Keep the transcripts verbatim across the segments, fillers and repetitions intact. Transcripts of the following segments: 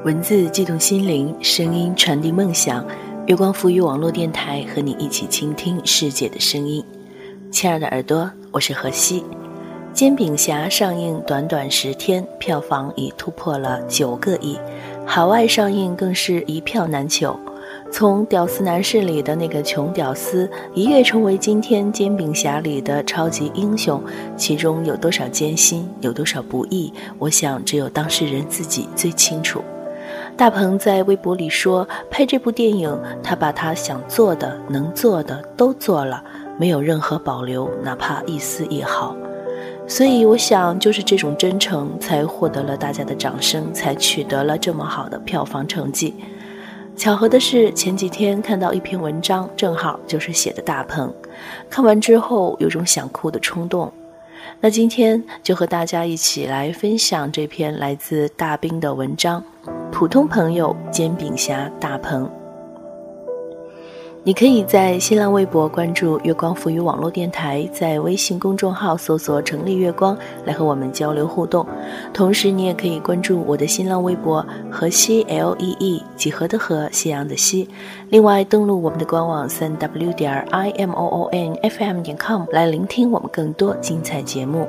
文字悸动心灵，声音传递梦想。月光浮语网络电台和你一起倾听世界的声音。亲爱的耳朵，我是何西。煎饼侠上映短短十天，票房已突破了九个亿，海外上映更是一票难求。从屌丝男士里的那个穷屌丝一跃成为今天煎饼侠里的超级英雄，其中有多少艰辛，有多少不易，我想只有当事人自己最清楚。大鹏在微博里说，拍这部电影他把他想做的能做的都做了，没有任何保留，哪怕一丝一毫。所以我想就是这种真诚才获得了大家的掌声，才取得了这么好的票房成绩。巧合的是，前几天看到一篇文章，正好就是写的大鹏，看完之后有种想哭的冲动。那今天就和大家一起来分享这篇来自大兵的文章，普通朋友煎饼侠大鹏。你可以在新浪微博关注月光浮语网络电台，在微信公众号搜索成立月光来和我们交流互动。同时你也可以关注我的新浪微博河西 L E E 几何的河，夕阳的西。另外登录我们的官网 三 w 点 i m o o n f m 点 com 来聆听我们更多精彩节目。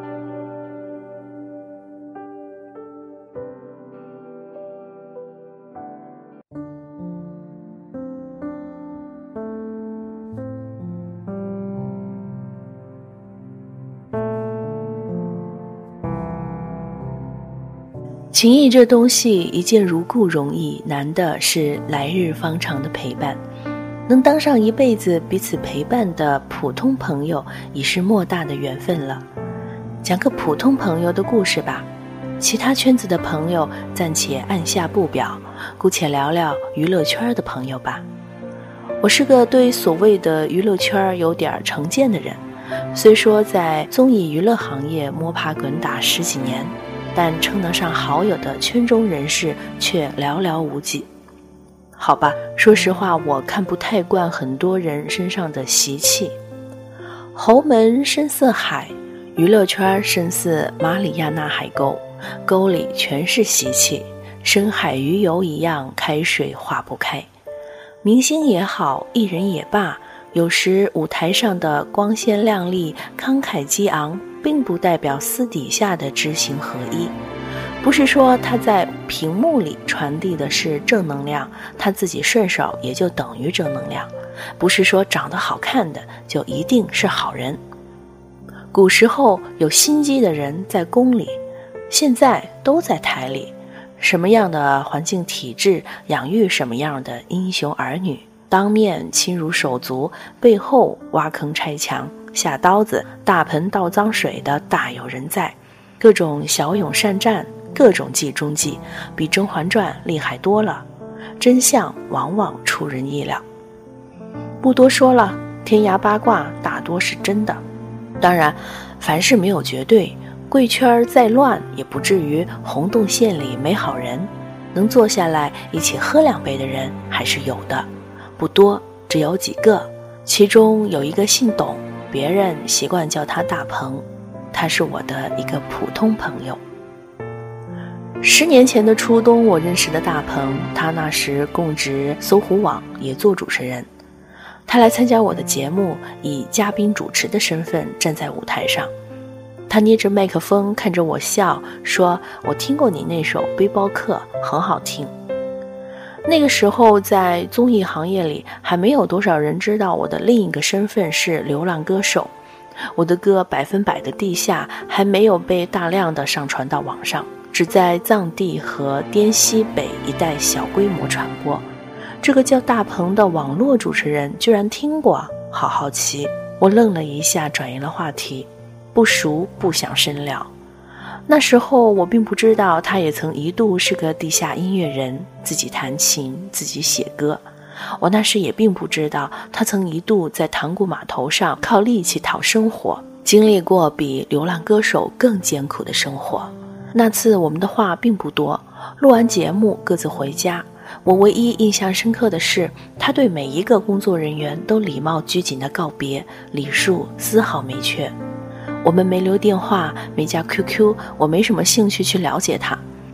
情谊这东西一见如故容易，难的是来日方长的陪伴。能当上一辈子彼此陪伴的普通朋友，已是莫大的缘分了。讲个普通朋友的故事吧，其他圈子的朋友暂且按下不表，姑且聊聊娱乐圈的朋友吧。我是个对所谓的娱乐圈有点成见的人，虽说在综艺娱乐行业摸爬滚打十几年，但称得上好友的圈中人士却寥寥无几。好吧，说实话，我看不太惯很多人身上的习气。侯门深似海，娱乐圈深似马里亚纳海沟，沟里全是习气，深海鱼油一样，开水化不开。明星也好，艺人也罢，有时舞台上的光鲜亮丽、慷慨激昂，并不代表私底下的知行合一。不是说他在屏幕里传递的是正能量，他自己顺手也就等于正能量。不是说长得好看的就一定是好人。古时候有心机的人在宫里，现在都在台里。什么样的环境体制养育什么样的英雄儿女，当面侵辱手足，背后挖坑拆墙，下刀子大盆倒脏水的大有人在。各种骁勇善战，各种计中计，比《甄嬛传》厉害多了，真相往往出人意料。不多说了，天涯八卦大多是真的。当然凡事没有绝对，贵圈再乱也不至于红洞县里没好人，能坐下来一起喝两杯的人还是有的，不多，只有几个。其中有一个姓董，别人习惯叫他大鹏，他是我的一个普通朋友。十年前的初冬，我认识的大鹏，他那时供职搜狐网，也做主持人。他来参加我的节目，以嘉宾主持的身份站在舞台上。他捏着麦克风看着我笑，说我听过你那首《背包客》，很好听。那个时候在综艺行业里还没有多少人知道我的另一个身份是流浪歌手，我的歌百分百的地下还没有被大量的上传到网上，只在藏地和滇西北一带小规模传播。这个叫大鹏的网络主持人居然听过，好好奇。我愣了一下，转移了话题，不熟不想深聊。那时候我并不知道他也曾一度是个地下音乐人，自己弹琴，自己写歌。我那时也并不知道他曾一度在塘沽码头上靠力气讨生活，经历过比流浪歌手更艰苦的生活。那次我们的话并不多，录完节目各自回家。我唯一印象深刻的是，他对每一个工作人员都礼貌拘谨的告别，礼数丝毫没缺。我们没留电话，没加 Q Q， 我没什么兴趣去了解他，只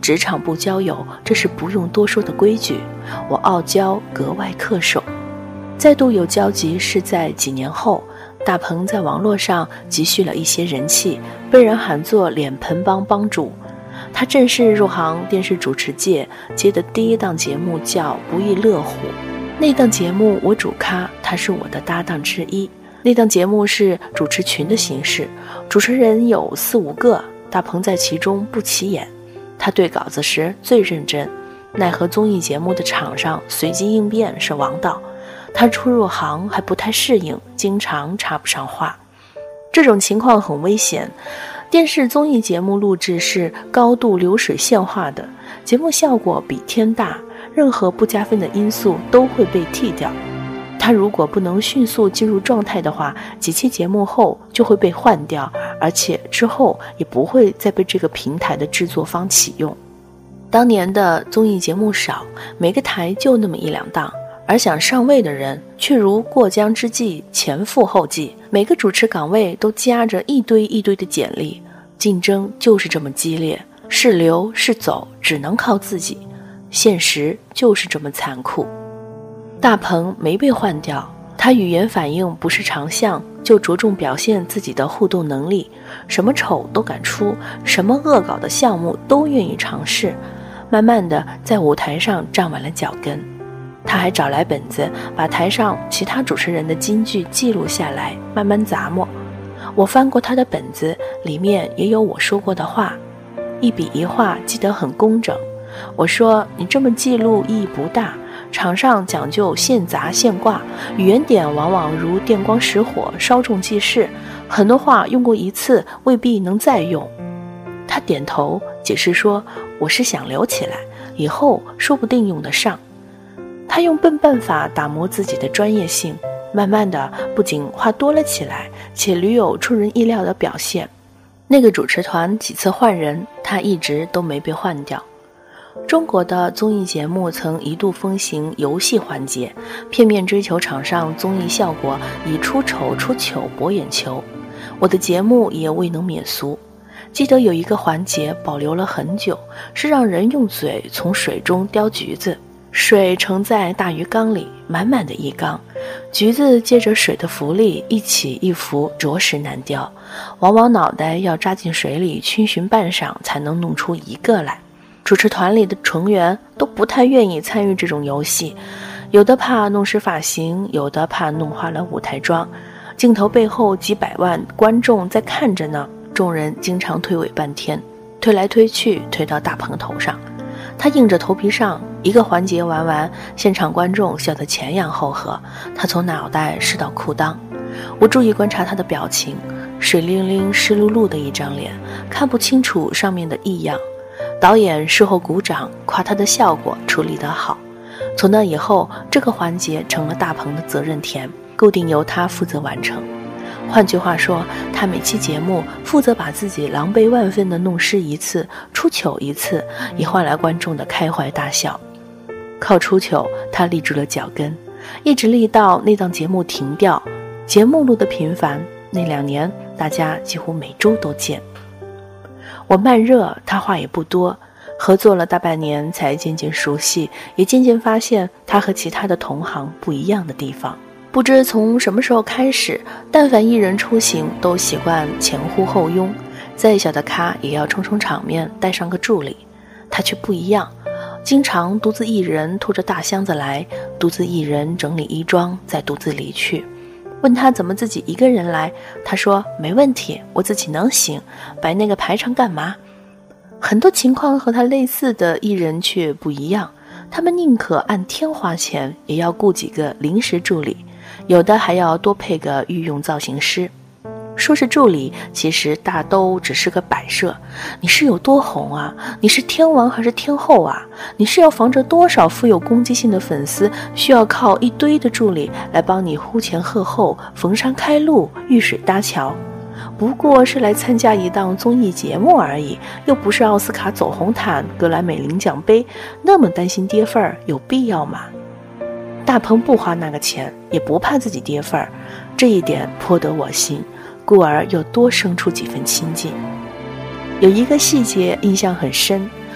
职场不交友，这是不用多说的规矩，我傲娇格外恪守。再度有交集是在几年后，大鹏在网络上积蓄了一些人气，被人喊作脸盆帮帮主。他正式入行电视主持界，接的第一档节目叫《不亦乐乎》，那档节目我主咖，他是我的搭档之一。那档节目是主持群的形式，主持人有四五个，大鹏在其中不起眼。他对稿子时最认真，奈何综艺节目的场上随机应变是王道，他初入行还不太适应，经常插不上话。这种情况很危险。电视综艺节目录制是高度流水线化的，节目效果比天大，任何不加分的因素都会被剔掉。他如果不能迅速进入状态的话，几期节目后就会被换掉，而且之后也不会再被这个平台的制作方启用。当年的综艺节目少，每个台就那么一两档，而想上位的人却如过江之鲫，前赴后继，每个主持岗位都夹着一堆一堆的简历，竞争就是这么激烈，是留是走只能靠自己，现实就是这么残酷。大鹏没被换掉，他语言反应不是长项，就着重表现自己的互动能力，什么丑都敢出，什么恶搞的项目都愿意尝试，慢慢的在舞台上站稳了脚跟。他还找来本子，把台上其他主持人的金句记录下来，慢慢咂摸。我翻过他的本子，里面也有我说过的话，一笔一画记得很工整。我说你这么记录意义不大，场上讲究现砸现挂，语言点往往如电光石火，稍纵即逝，很多话用过一次未必能再用。他点头解释说，我是想留起来，以后说不定用得上。他用笨办法打磨自己的专业性，慢慢的不仅话多了起来，且屡有出人意料的表现。那个主持团几次换人，他一直都没被换掉。中国的综艺节目曾一度风行游戏环节，片面追求场上综艺效果，以出丑出糗博眼球。我的节目也未能免俗。记得有一个环节保留了很久，是让人用嘴从水中叼橘子，水盛在大鱼缸里，满满的一缸，橘子借着水的浮力一起一伏，着实难叼，往往脑袋要扎进水里逡巡半晌才能弄出一个来。主持团里的成员都不太愿意参与这种游戏，有的怕弄湿发型，有的怕弄花了舞台妆，镜头背后几百万观众在看着呢，众人经常推诿半天，推来推去推到大鹏头上，他硬着头皮上，一个环节玩完，现场观众笑得前仰后合，他从脑袋湿到裤裆。我注意观察他的表情，水灵灵湿漉漉的一张脸，看不清楚上面的异样。导演事后鼓掌夸他的效果处理得好。从那以后，这个环节成了大鹏的责任田，固定由他负责完成。换句话说，他每期节目负责把自己狼狈万分地弄湿一次，出糗一次，以换来观众的开怀大笑。靠出糗，他立住了脚跟，一直立到那档节目停掉。节目录得频繁，那两年大家几乎每周都见。我慢热，他话也不多，合作了大半年才渐渐熟悉，也渐渐发现他和其他的同行不一样的地方。不知从什么时候开始，但凡艺人出行都习惯前呼后拥，再小的咖也要充充场面，带上个助理。他却不一样，经常独自一人拖着大箱子来，独自一人整理衣装，再独自离去。问他怎么自己一个人来，他说没问题，我自己能行，摆那个排场干嘛？很多情况和他类似的艺人却不一样，他们宁可按天花钱，也要雇几个临时助理，有的还要多配个御用造型师。说是助理，其实大都只是个摆设。你是有多红啊？你是天王还是天后啊？你是要防着多少富有攻击性的粉丝，需要靠一堆的助理来帮你呼前喝后，逢山开路，遇水搭桥。不过是来参加一档综艺节目而已，又不是奥斯卡走红毯、格莱美领奖杯，那么担心跌份儿有必要吗？大鹏不花那个钱，也不怕自己跌份儿，这一点颇得我心，故而又多生出几分亲近。有一个细节印象很深，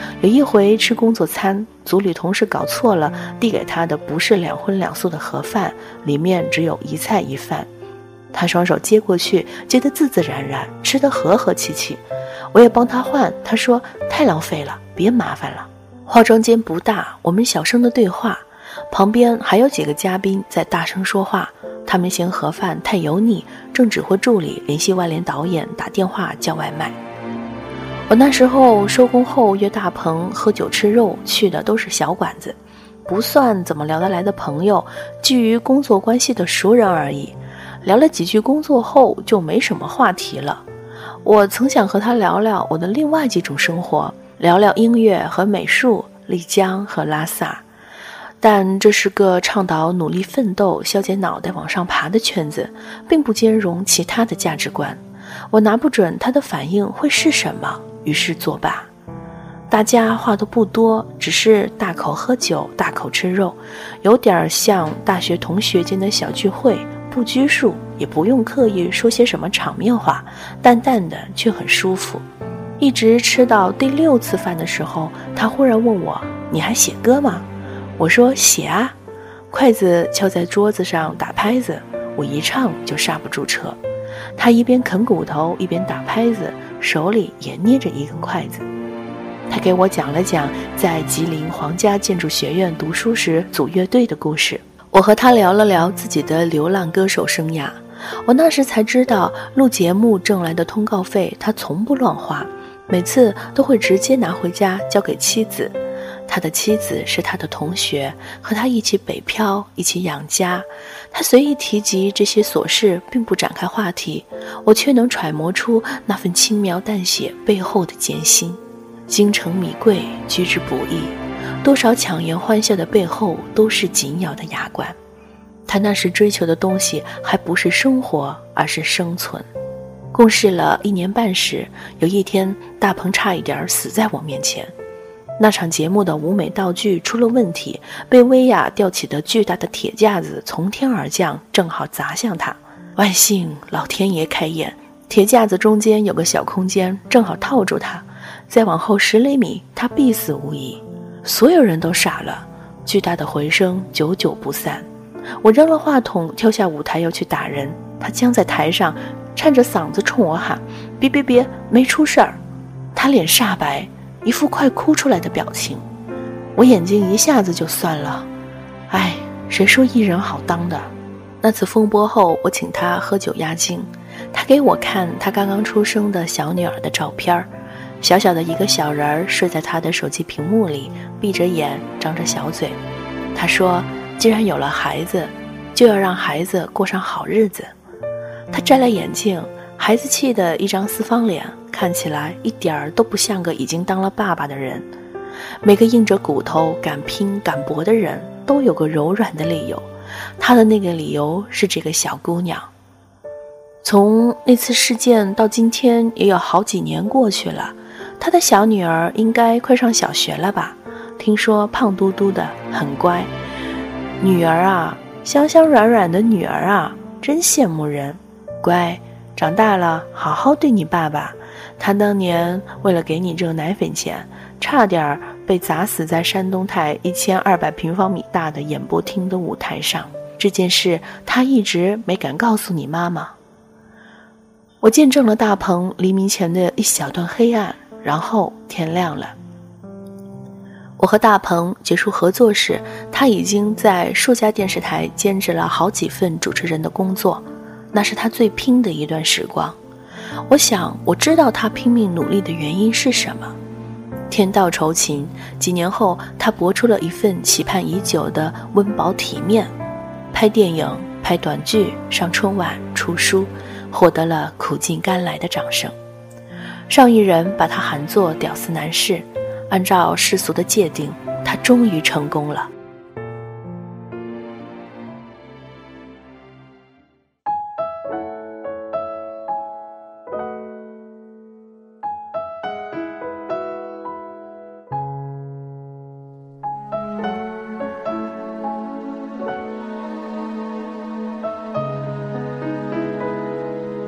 有一回吃工作餐，组里同事搞错了，递给他的不是两荤两素的盒饭，里面只有一菜一饭。他双手接过去，接得自自然然，吃得和和气气。我也帮他换，他说太浪费了，别麻烦了。化妆间不大，我们小声的对话，旁边还有几个嘉宾在大声说话，他们嫌盒饭太油腻，正指挥助理联系外联导演打电话叫外卖。我那时候收工后约大鹏喝酒吃肉，去的都是小馆子，不算怎么聊得来的朋友，基于工作关系的熟人而已。聊了几句工作后就没什么话题了。我曾想和他聊聊我的另外几种生活，聊聊音乐和美术，丽江和拉萨，但这是个倡导努力奋斗、消解脑袋往上爬的圈子，并不兼容其他的价值观。我拿不准他的反应会是什么，于是作罢。大家话都不多，只是大口喝酒，大口吃肉，有点像大学同学间的小聚会，不拘束，也不用刻意说些什么场面话，淡淡的却很舒服。一直吃到第六次饭的时候，他忽然问我：“你还写歌吗？”我说：“写啊。”筷子敲在桌子上打拍子，我一唱就刹不住车。他一边啃骨头一边打拍子，手里也捏着一根筷子。他给我讲了讲在吉林皇家建筑学院读书时组乐队的故事。我和他聊了聊自己的流浪歌手生涯。我那时才知道，录节目挣来的通告费他从不乱花，每次都会直接拿回家交给妻子。他的妻子是他的同学，和他一起北漂，一起养家。他随意提及这些琐事，并不展开话题，我却能揣摩出那份轻描淡写背后的艰辛。京城米贵，居之不易，多少强颜欢笑的背后都是紧咬的牙关。他那时追求的东西还不是生活，而是生存。共事了一年半时，有一天大鹏差一点死在我面前。那场节目的舞美道具出了问题，被威亚吊起的巨大的铁架子从天而降，正好砸向他。万幸老天爷开眼，铁架子中间有个小空间，正好套住他，再往后十厘米，他必死无疑。所有人都傻了，巨大的回声久久不散。我扔了话筒，跳下舞台要去打人，他僵在台上，颤着嗓子冲我喊：“别别别，没出事儿。”他脸煞白，一副快哭出来的表情。我眼睛一下子就酸了，哎，谁说艺人好当的？那次风波后，我请他喝酒压惊，他给我看他刚刚出生的小女儿的照片，小小的一个小人儿睡在他的手机屏幕里，闭着眼，张着小嘴。他说，既然有了孩子，就要让孩子过上好日子。他摘了眼镜，孩子气的一张四方脸，看起来一点儿都不像个已经当了爸爸的人。每个硬着骨头敢拼敢搏的人都有个柔软的理由，他的那个理由是这个小姑娘。从那次事件到今天也有好几年过去了，他的小女儿应该快上小学了吧，听说胖嘟嘟的很乖。女儿啊，香香软软的女儿啊，真羡慕人。乖，长大了好好对你爸爸，他当年为了给你挣奶粉钱，差点被砸死在山东台一千二百平方米大的演播厅的舞台上。这件事他一直没敢告诉你妈妈。我见证了大鹏黎明前的一小段黑暗，然后天亮了。我和大鹏结束合作时，他已经在数家电视台兼职了好几份主持人的工作，那是他最拼的一段时光。我想我知道他拼命努力的原因是什么。天道酬勤，几年后他搏出了一份期盼已久的温饱体面，拍电影、拍短剧、上春晚、出书，获得了苦尽甘来的掌声。上亿人把他喊作屌丝男士，按照世俗的界定，他终于成功了。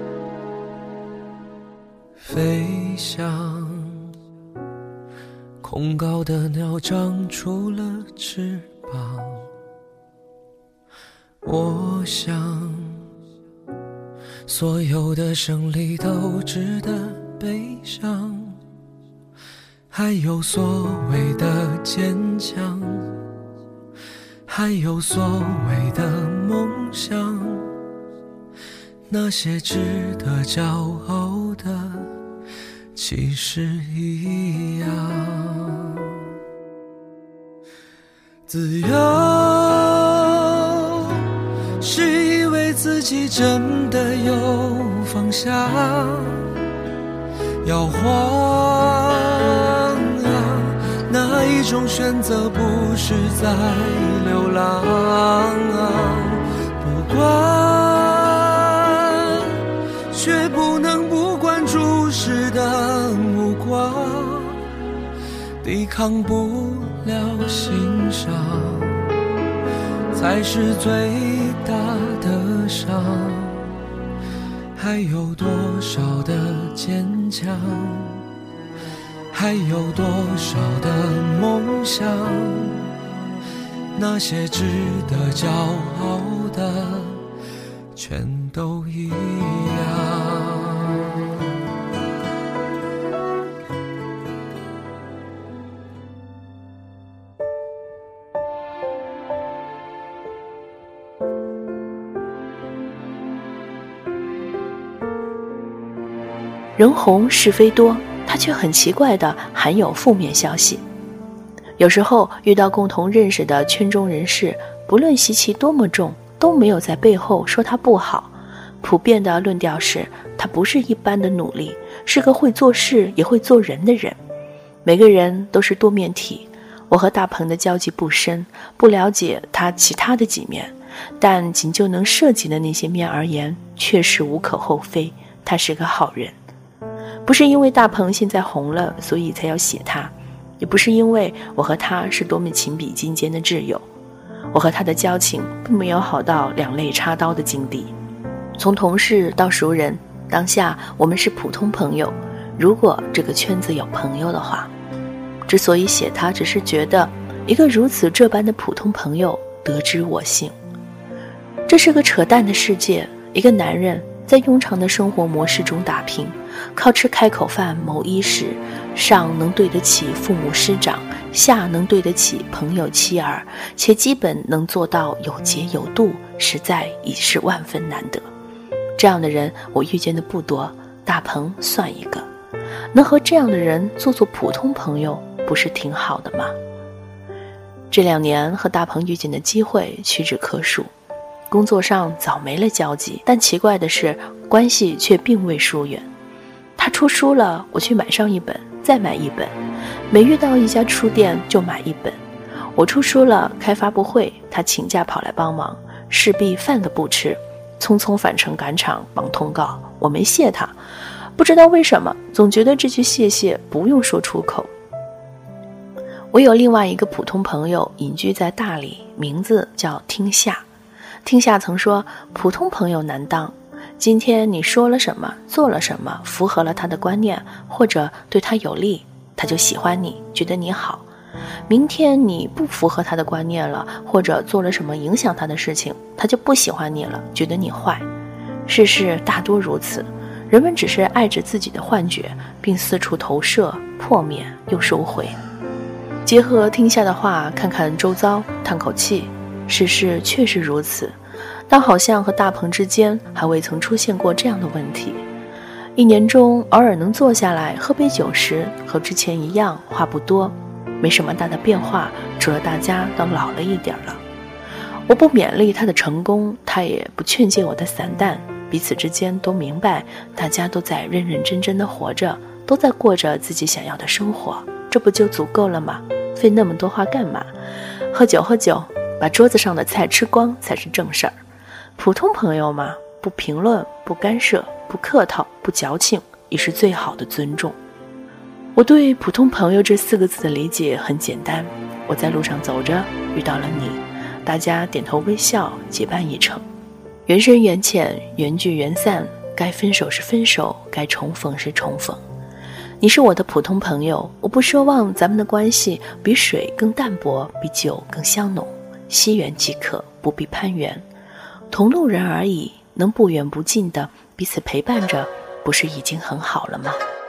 飞向空高的鸟长出了翅膀，我想所有的胜利都值得悲伤，还有所谓的坚强，还有所谓的梦想，那些值得骄傲的其实一样。自由是以为自己真的有方向，摇晃啊，哪一种选择不是在流浪啊？不管，却不能不管注视的目光，抵抗不了欣赏，才是最大的伤。还有多少的坚强，还有多少的梦想，那些值得骄傲的全都一样。 人红是非多，它却很奇怪的含有负面消息。有时候遇到共同认识的圈中人士，不论习气多么重，都没有在背后说他不好。普遍的论调是，他不是一般的努力，是个会做事也会做人的人。每个人都是多面体，我和大鹏的交集不深，不了解他其他的几面，但仅就能涉及的那些面而言，确实无可厚非，他是个好人。不是因为大鹏现在红了，所以才要写他，也不是因为我和他是多么情比金坚的挚友，我和他的交情并没有好到两肋插刀的境地。从同事到熟人，当下我们是普通朋友，如果这个圈子有朋友的话。之所以写他，只是觉得一个如此这般的普通朋友得之我幸。这是个扯淡的世界，一个男人在庸常的生活模式中打拼，靠吃开口饭谋衣食，上能对得起父母师长，下能对得起朋友妻儿，且基本能做到有节有度，实在已是万分难得。这样的人我遇见的不多，大鹏算一个。能和这样的人做做普通朋友，不是挺好的吗？这两年和大鹏遇见的机会屈指可数，工作上早没了交集，但奇怪的是，关系却并未疏远。他出书了，我去买上一本，再买一本，每遇到一家书店就买一本。我出书了，开发布会，他请假跑来帮忙，势必饭都不吃，匆匆返程赶场绑通告，我没谢他，不知道为什么，总觉得这句谢谢不用说出口。我有另外一个普通朋友隐居在大理，名字叫听夏。听夏曾说，普通朋友难当，今天你说了什么，做了什么，符合了他的观念，或者对他有利，他就喜欢你，觉得你好。明天你不符合他的观念了，或者做了什么影响他的事情，他就不喜欢你了，觉得你坏。世事大多如此，人们只是爱着自己的幻觉，并四处投射，破灭又收回。结合听夏的话，看看周遭，叹口气，世事确实如此，但好像和大鹏之间还未曾出现过这样的问题。一年中偶尔能坐下来喝杯酒时，和之前一样，话不多，没什么大的变化，除了大家都老了一点了。我不勉励他的成功，他也不劝诫我的散淡，彼此之间都明白，大家都在认认真真的活着，都在过着自己想要的生活，这不就足够了吗？费那么多话干嘛？喝酒喝酒，把桌子上的菜吃光才是正事儿。普通朋友嘛，不评论，不干涉，不客套，不矫情，已是最好的尊重。我对普通朋友这四个字的理解很简单，我在路上走着，遇到了你，大家点头微笑，结伴一程，缘深缘浅，缘聚缘散，该分手是分手，该重逢是重逢。 你是我的普通朋友，我不奢望咱们的关系比水更淡薄，比酒更香浓，惜缘即可，不必攀援，同路人而已，能不远不近的彼此陪伴着，不是已经很好了吗？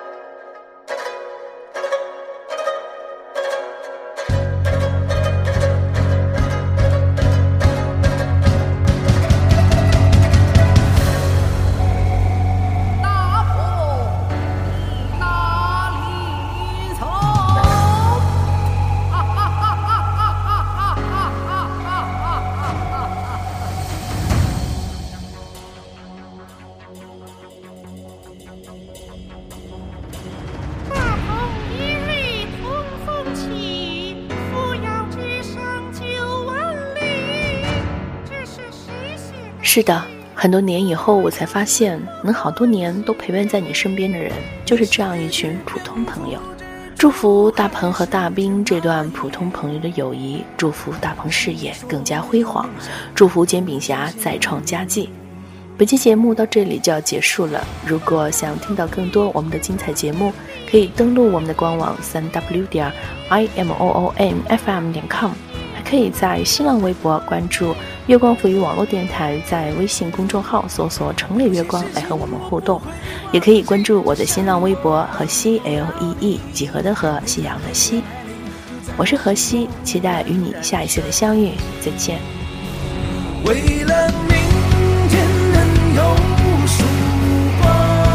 是的，很多年以后我才发现，能好多年都陪伴在你身边的人，就是这样一群普通朋友。祝福大鹏和大兵这段普通朋友的友谊，祝福大鹏事业更加辉煌，祝福煎饼侠再创佳绩。本期节目到这里就要结束了，如果想听到更多我们的精彩节目，可以登录我们的官网 三 w 点 i m o o m f m 点 com， 还可以在新浪微博关注月光浮语网络电台，在微信公众号搜索城里月光来和我们互动，也可以关注我的新浪微博荷西 L E E 几何的荷，夕阳的夕。我是荷西，期待与你下一次的相遇，再见。 为了明天能有曙光，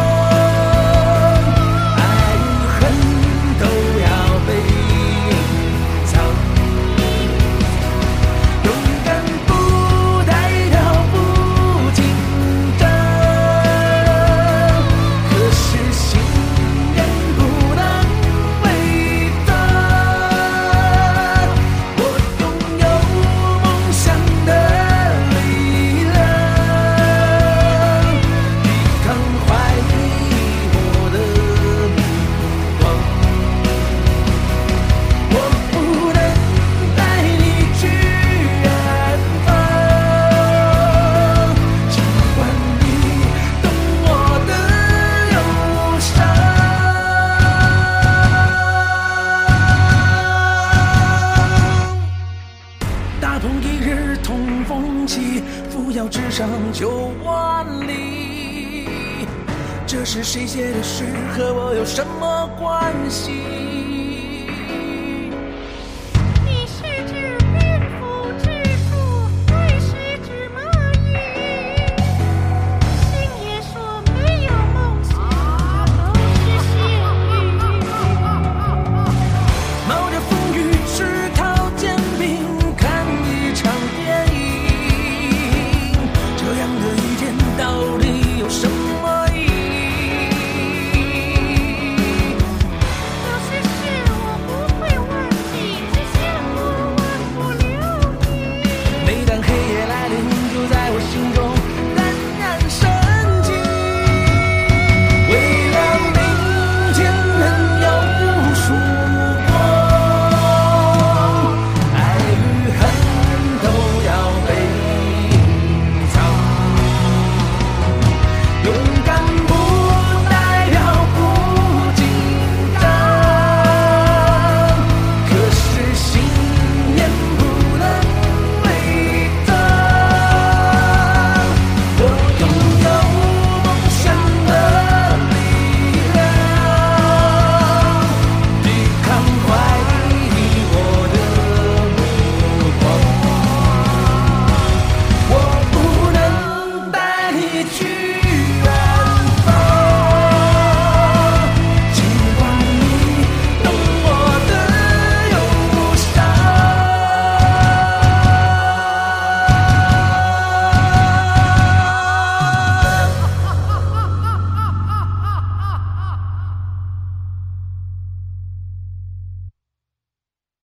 爱与恨都要被隐藏，勇敢不代表不紧张，可是信念不能伪装，我拥有梦想的力量，抵抗怀疑我的目光，我不能带你去远方，尽管你懂我的忧伤。大同一日同风起，扶摇直上九万里。这是谁写的诗，和我有什么关系？